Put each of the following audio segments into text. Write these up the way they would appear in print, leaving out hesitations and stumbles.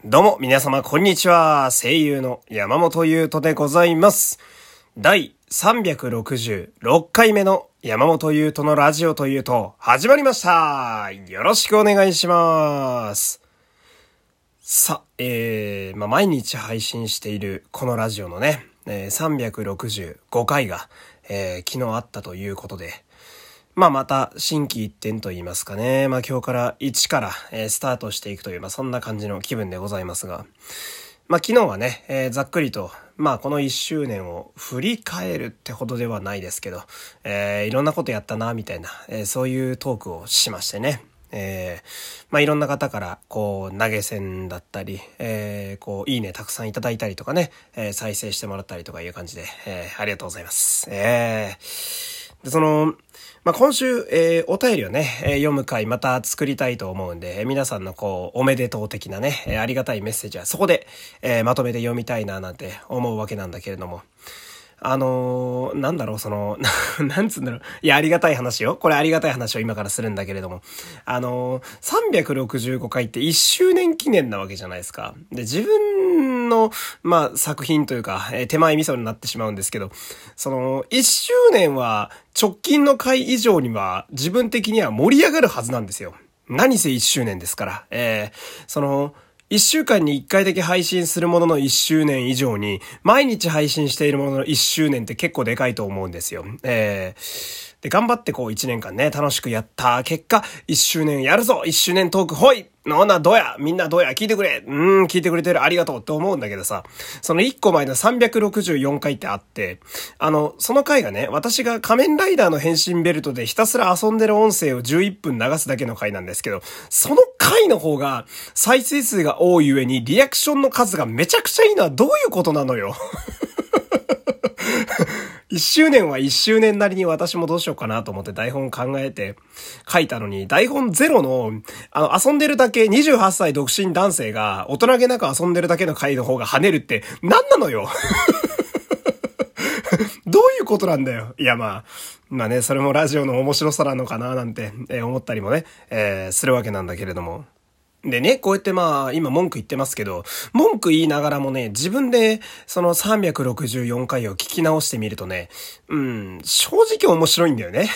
どうも皆様こんにちは。声優の山本優斗でございます。第366回目の山本優斗のラジオというと始まりました。よろしくお願いします。さ、毎日配信しているこのラジオのね、365回が、昨日あったということで、また心機一転と言いますかね。今日から1から、スタートしていくという、そんな感じの気分でございますが。昨日はね、ざっくりと、この1周年を振り返るってほどではないですけど、いろんなことやったな、みたいな、そういうトークをしましてね。いろんな方から、投げ銭だったり、いいねたくさんいただいたりとかね、再生してもらったりとかいう感じで、ありがとうございます。で、今週、お便りをね、読む回また作りたいと思うんで、皆さんのおめでとう的なね、ありがたいメッセージはそこで、まとめて読みたいななんて思うわけなんだけれども。なんだろう、なんつうんだろう。いや、ありがたい話よ。これありがたい話を今からするんだけれども。365回って1周年記念なわけじゃないですか。で、自分の、作品というか、手前味噌になってしまうんですけど、1周年は直近の回以上には自分的には盛り上がるはずなんですよ。何せ1周年ですから。1週間に1回だけ配信するものの1周年以上に、毎日配信しているものの1周年って結構でかいと思うんですよ。で、頑張って1年間ね、楽しくやった結果、1周年やるぞ !1 周年トークほいどうやみんなどうや聞いてくれ聞いてくれてるありがとうって思うんだけどさ、その1個前の364回ってあって、その回がね、私が仮面ライダーの変身ベルトでひたすら遊んでる音声を11分流すだけの回なんですけど、その回の方が再生数が多い上にリアクションの数がめちゃくちゃいいのはどういうことなのよ。1周年は1周年なりに私もどうしようかなと思って台本考えて書いたのに、台本ゼロの、遊んでるだけ28歳独身男性が大人げなく遊んでるだけの回の方が跳ねるって何なのよ。どういうことなんだよ。いやね、それもラジオの面白さなのかななんて、思ったりもね、するわけなんだけれども。でね、こうやって今文句言ってますけど、文句言いながらもね、自分でその364回を聞き直してみるとね、正直面白いんだよね。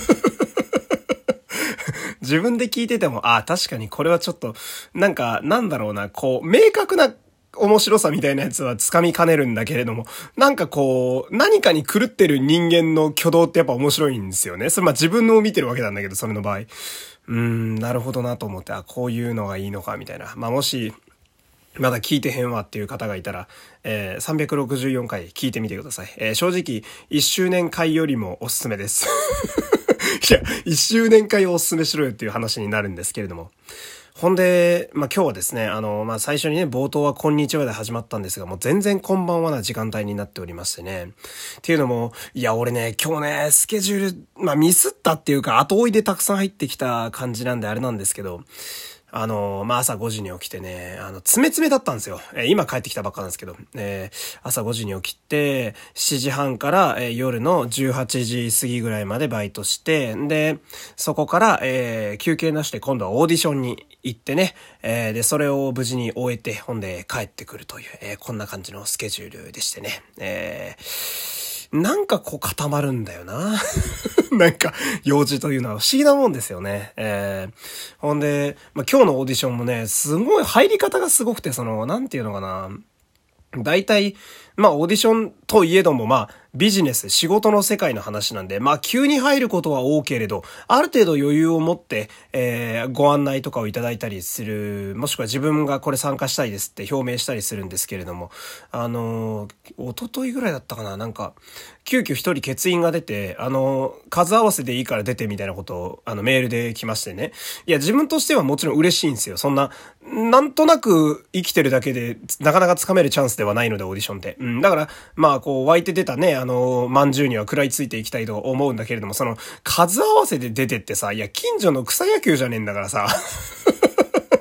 自分で聞いてても、確かにこれはちょっと、なんだろうな、明確な面白さみたいなやつは掴みかねるんだけれども、何かに狂ってる人間の挙動ってやっぱ面白いんですよね。それ自分のを見てるわけなんだけど、それの場合。なるほどなと思って、こういうのがいいのかみたいな。もし、まだ聞いてへんわっていう方がいたら、364回聞いてみてください。正直、1周年回よりもおすすめです。いや、1周年回をおすすめしろよっていう話になるんですけれども。ほんで、今日はですね、最初にね、冒頭はこんにちはで始まったんですが、もう全然こんばんはな時間帯になっておりましてね。っていうのも、いや、俺ね、今日ね、スケジュール、ミスったっていうか、後追いでたくさん入ってきた感じなんであれなんですけど、朝5時に起きてね、詰め詰めだったんですよ。今帰ってきたばっかなんですけど、朝5時に起きて、7時半から、夜の18時過ぎぐらいまでバイトして、で、そこから、休憩なしで今度はオーディションに行ってね、で、それを無事に終えて、ほんで帰ってくるという、こんな感じのスケジュールでしてね。固まるんだよな。用事というのは不思議なもんですよね。ほんで、今日のオーディションもね、すごい入り方がすごくて、なんていうのかな。大体、オーディションといえども、ビジネス、仕事の世界の話なんで、急に入ることは多けれど、ある程度余裕を持って、ご案内とかをいただいたりする、もしくは自分がこれ参加したいですって表明したりするんですけれども、一昨日ぐらいだったかな、急遽一人欠員が出て、数合わせでいいから出てみたいなことを、メールで来ましてね。いや、自分としてはもちろん嬉しいんですよ。そんな、なんとなく生きてるだけで、なかなかつかめるチャンスではないので、オーディションって。だから、湧いて出たね、まんじゅうには食らいついていきたいと思うんだけれども、数合わせで出てってさ、いや、近所の草野球じゃねえんだからさ。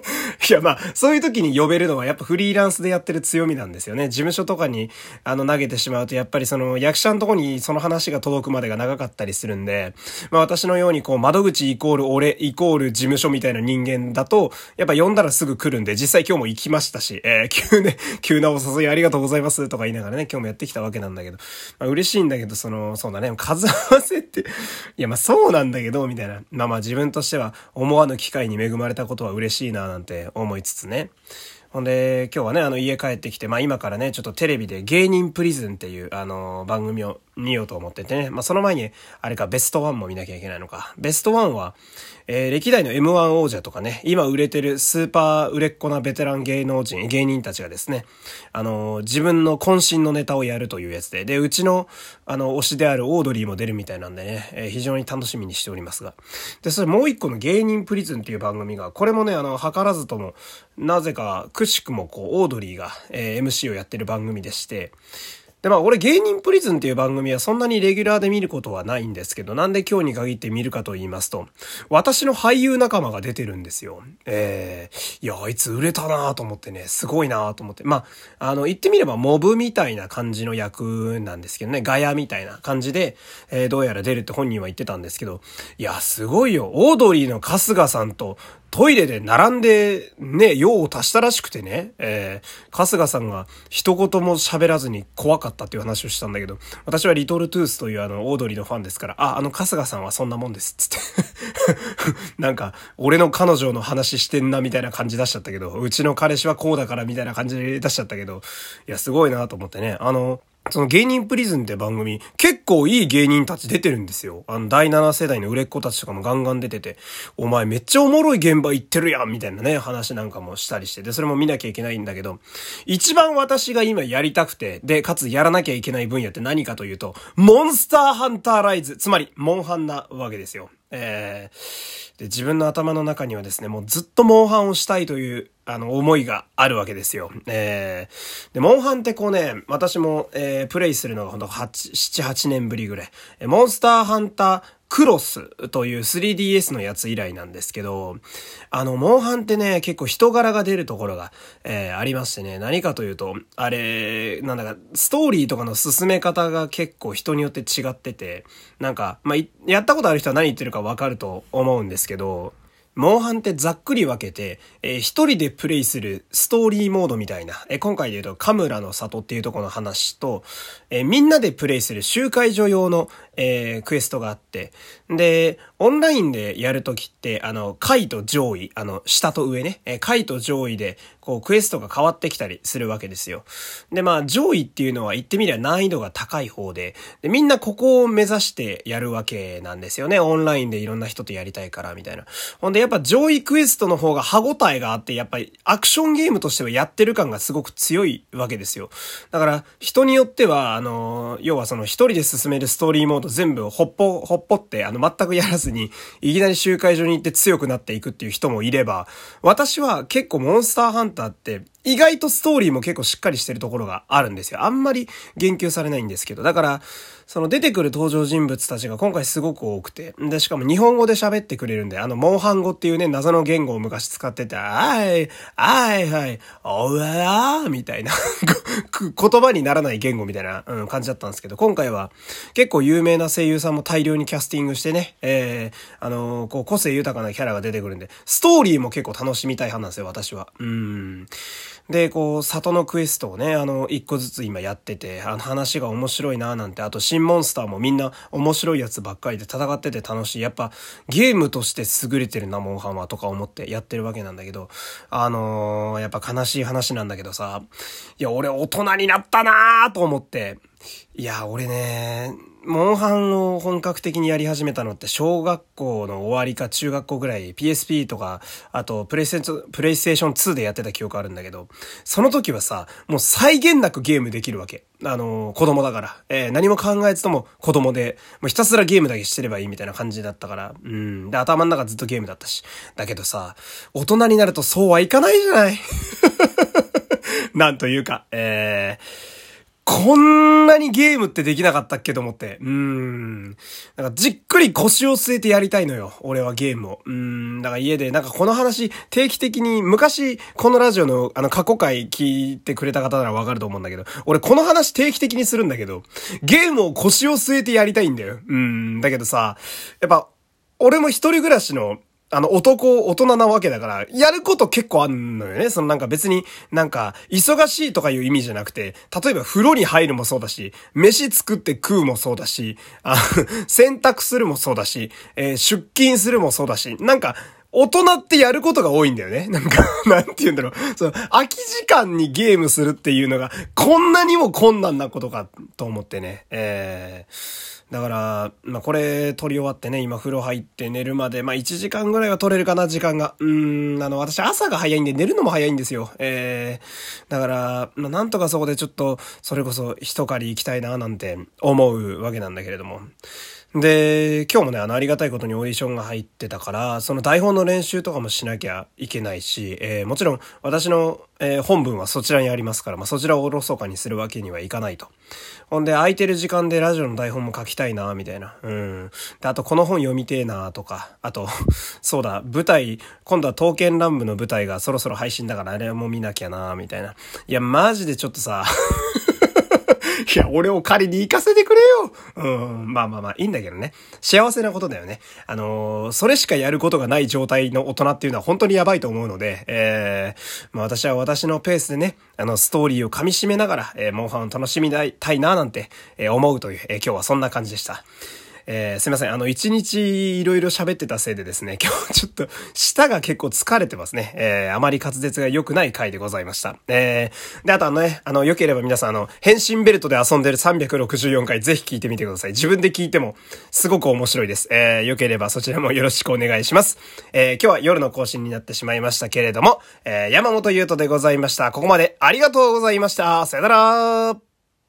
いや、まあ、そういう時に呼べるのはやっぱフリーランスでやってる強みなんですよね。事務所とかに、投げてしまうと、やっぱりその役者のとこにその話が届くまでが長かったりするんで、まあ私のようにこう、窓口イコール俺イコール事務所みたいな人間だと、やっぱ呼んだらすぐ来るんで、実際今日も行きましたし、急なお誘いありがとうございますとか言いながらね、今日もやってきたわけなんだけど、まあ嬉しいんだけど、そうだね、数合わせって、いやまあそうなんだけど、みたいな。まあ自分としては思わぬ機会に恵まれたことは嬉しいななんて思いつつね。ほんで、今日はね、家帰ってきて、まあ今からね、ちょっとテレビで芸人プリズンっていう、番組を見ようと思っててね。まあその前に、あれか、ベストワンも見なきゃいけないのか。ベストワンは、歴代の M1 王者とかね、今売れてるスーパー売れっ子なベテラン芸人たちがですね、自分の渾身のネタをやるというやつで、で、うちの、推しであるオードリーも出るみたいなんでね、非常に楽しみにしておりますが。で、それもう一個の芸人プリズンっていう番組が、これもね、図らずとも、なぜか、くしくもこう、オードリーが、MC をやってる番組でして、で、まあ、俺芸人プリズンっていう番組はそんなにレギュラーで見ることはないんですけど、なんで今日に限って見るかと言いますと、私の俳優仲間が出てるんですよ。いや、あいつ売れたなぁと思ってね、すごいなぁと思って。まあ、言ってみればモブみたいな感じの役なんですけどね、ガヤみたいな感じで、どうやら出るって本人は言ってたんですけど、いや、すごいよ。オードリーの春日さんと、トイレで並んでね、用を足したらしくてね、春日さんが一言も喋らずに怖かったっていう話をしたんだけど、私はリトルトゥースというオードリーのファンですから、春日さんはそんなもんです、つって。なんか、俺の彼女の話してんなみたいな感じ出しちゃったけど、うちの彼氏はこうだからみたいな感じで出しちゃったけど、いや、すごいなと思ってね、その芸人プリズンって番組、結構いい芸人たち出てるんですよ。第7世代の売れっ子たちとかもガンガン出てて、お前めっちゃおもろい現場行ってるやんみたいなね、話なんかもしたりして、で、それも見なきゃいけないんだけど、一番私が今やりたくて、で、かつやらなきゃいけない分野って何かというと、モンスターハンターライズ、つまり、モンハンなわけですよ。で、自分の頭の中にはですね、もうずっとモンハンをしたいという、思いがあるわけですよ。で、モンハンってこうね、私も、プレイするのがほんと7、8年ぶりぐらい。モンスターハンタークロスという 3DS のやつ以来なんですけど、モンハンってね、結構人柄が出るところが、ありましてね、何かというと、あれ、なんだか、ストーリーとかの進め方が結構人によって違ってて、なんか、まあ、やったことある人は何言ってるかわかると思うんですけど、モンハンってざっくり分けて、一人でプレイするストーリーモードみたいな、今回で言うとカムラの里っていうところの話と、みんなでプレイする集会所用の、クエストがあって、で、オンラインでやるときって、下位と上位、下と上ね、下位と上位で、こう、クエストが変わってきたりするわけですよ。で、まあ、上位っていうのは言ってみれば難易度が高い方で、みんなここを目指してやるわけなんですよね。オンラインでいろんな人とやりたいから、みたいな。ほんで、やっぱ上位クエストの方が歯応えがあって、やっぱりアクションゲームとしてはやってる感がすごく強いわけですよ。だから、人によっては、要はその一人で進めるストーリーモード全部ほっぽって、全くやらずに、いきなり集会所に行って強くなっていくっていう人もいれば、私は結構モンスターハンターって、意外とストーリーも結構しっかりしてるところがあるんですよ。あんまり言及されないんですけど。だから、その出てくる登場人物たちが今回すごく多くて。で、しかも日本語で喋ってくれるんで、モンハン語っていうね、謎の言語を昔使ってて、はい、おうわらみたいな言葉にならない言語みたいな、感じだったんですけど、今回は結構有名な声優さんも大量にキャスティングしてね、こう個性豊かなキャラが出てくるんで、ストーリーも結構楽しみたい派なんですよ、私は。で、こう、里のクエストをね、一個ずつ今やってて、話が面白いなーなんて、あと新モンスターもみんな面白いやつばっかりで戦ってて楽しい。やっぱ、ゲームとして優れてるな、モンハンは、とか思ってやってるわけなんだけど、やっぱ悲しい話なんだけどさ、いや、俺大人になったなーと思って、いや、俺ね、モンハンを本格的にやり始めたのって小学校の終わりか中学校ぐらい PSP とか、あとプレイステーション2でやってた記憶あるんだけど、その時はさ、もう際限なくゲームできるわけ。子供だから。何も考えずとも子供で、もうひたすらゲームだけしてればいいみたいな感じだったから。で、頭の中ずっとゲームだったし。だけどさ、大人になるとそうはいかないじゃない。なんというか、ここんなにゲームってできなかったっけと思って。なんかじっくり腰を据えてやりたいのよ。俺はゲームを。だから家で、なんかこの話定期的に、昔このラジオの過去回聞いてくれた方ならわかると思うんだけど、俺この話定期的にするんだけど、ゲームを腰を据えてやりたいんだよ。だけどさ、やっぱ、俺も一人暮らしの、大人なわけだから、やること結構あんのよね。なんか別に、なんか、忙しいとかいう意味じゃなくて、例えば風呂に入るもそうだし、飯作って食うもそうだし、洗濯するもそうだし、出勤するもそうだし、なんか、大人ってやることが多いんだよね。なんか、なんて言うんだろう。空き時間にゲームするっていうのが、こんなにも困難なことか、と思ってね。だから、これ撮り終わってね、今風呂入って寝るまで、1時間ぐらいは撮れるかな、時間が。私朝が早いんで寝るのも早いんですよ。だから、なんとかそこでちょっと、それこそ一狩り行きたいな、なんて思うわけなんだけれども。で、今日もね、ありがたいことにオーディションが入ってたから、その台本の練習とかもしなきゃいけないし、もちろん私の、本文はそちらにありますから、そちらをおろそかにするわけにはいかないと。ほんで、空いてる時間でラジオの台本も書きたいな、みたいな。で、あとこの本読みてえな、とか。あと、そうだ、舞台、今度は刀剣乱舞の舞台がそろそろ配信だからあれも見なきゃな、みたいな。いや、マジでちょっとさ、いや、俺を借りに行かせてくれよ。いいんだけどね。幸せなことだよね。それしかやることがない状態の大人っていうのは本当にやばいと思うので、私は私のペースでね、ストーリーを噛み締めながら、モンハンを楽しみたいななんて、思うという、今日はそんな感じでした。すいません。一日いろいろ喋ってたせいでですね、今日ちょっと舌が結構疲れてますね。あまり滑舌が良くない回でございました。で、あと良ければ皆さん変身ベルトで遊んでる364回ぜひ聞いてみてください。自分で聞いてもすごく面白いです。良ければそちらもよろしくお願いします。今日は夜の更新になってしまいましたけれども、山本優斗でございました。ここまでありがとうございました。さよなら。